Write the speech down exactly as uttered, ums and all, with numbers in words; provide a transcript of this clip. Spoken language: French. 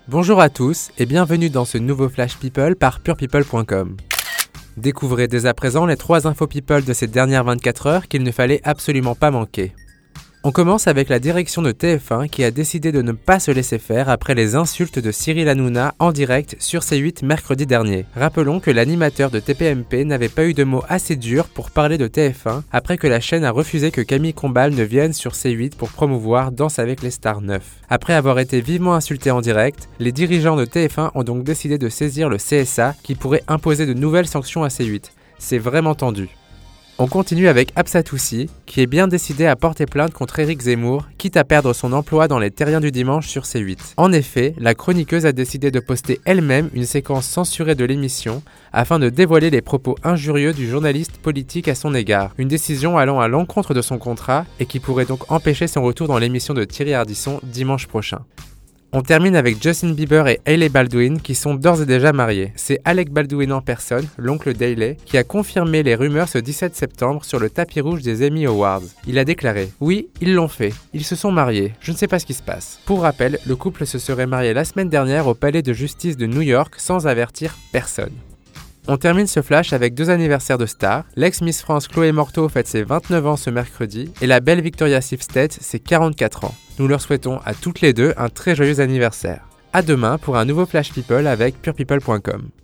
Bonjour à tous et bienvenue dans ce nouveau Flash People par pure people point com. Découvrez dès à présent les trois infos people de ces dernières vingt-quatre heures qu'il ne fallait absolument pas manquer. On commence avec la direction de T F un qui a décidé de ne pas se laisser faire après les insultes de Cyril Hanouna en direct sur C huit mercredi dernier. Rappelons que l'animateur de T P M P n'avait pas eu de mots assez durs pour parler de T F un après que la chaîne a refusé que Camille Combal ne vienne sur C huit pour promouvoir Danse avec les stars neuf. Après avoir été vivement insulté en direct, les dirigeants de T F un ont donc décidé de saisir le C S A qui pourrait imposer de nouvelles sanctions à C huit. C'est vraiment tendu. On continue avec Absatoussi, qui est bien décidé à porter plainte contre Éric Zemmour, quitte à perdre son emploi dans les Terriens du dimanche sur C huit. En effet, la chroniqueuse a décidé de poster elle-même une séquence censurée de l'émission afin de dévoiler les propos injurieux du journaliste politique à son égard. Une décision allant à l'encontre de son contrat et qui pourrait donc empêcher son retour dans l'émission de Thierry Ardisson dimanche prochain. On termine avec Justin Bieber et Hailey Baldwin qui sont d'ores et déjà mariés. C'est Alec Baldwin en personne, l'oncle d'Hailey, qui a confirmé les rumeurs ce dix-sept septembre sur le tapis rouge des Emmy Awards. Il a déclaré « Oui, ils l'ont fait. Ils se sont mariés. Je ne sais pas ce qui se passe. » Pour rappel, le couple se serait marié la semaine dernière au palais de justice de New York sans avertir personne. On termine ce flash avec deux anniversaires de stars. L'ex-Miss France Chloé Morteau fête ses vingt-neuf ans ce mercredi et la belle Victoria Sifstedt ses quarante-quatre ans. Nous leur souhaitons à toutes les deux un très joyeux anniversaire. À demain pour un nouveau Flash People avec pure people point com.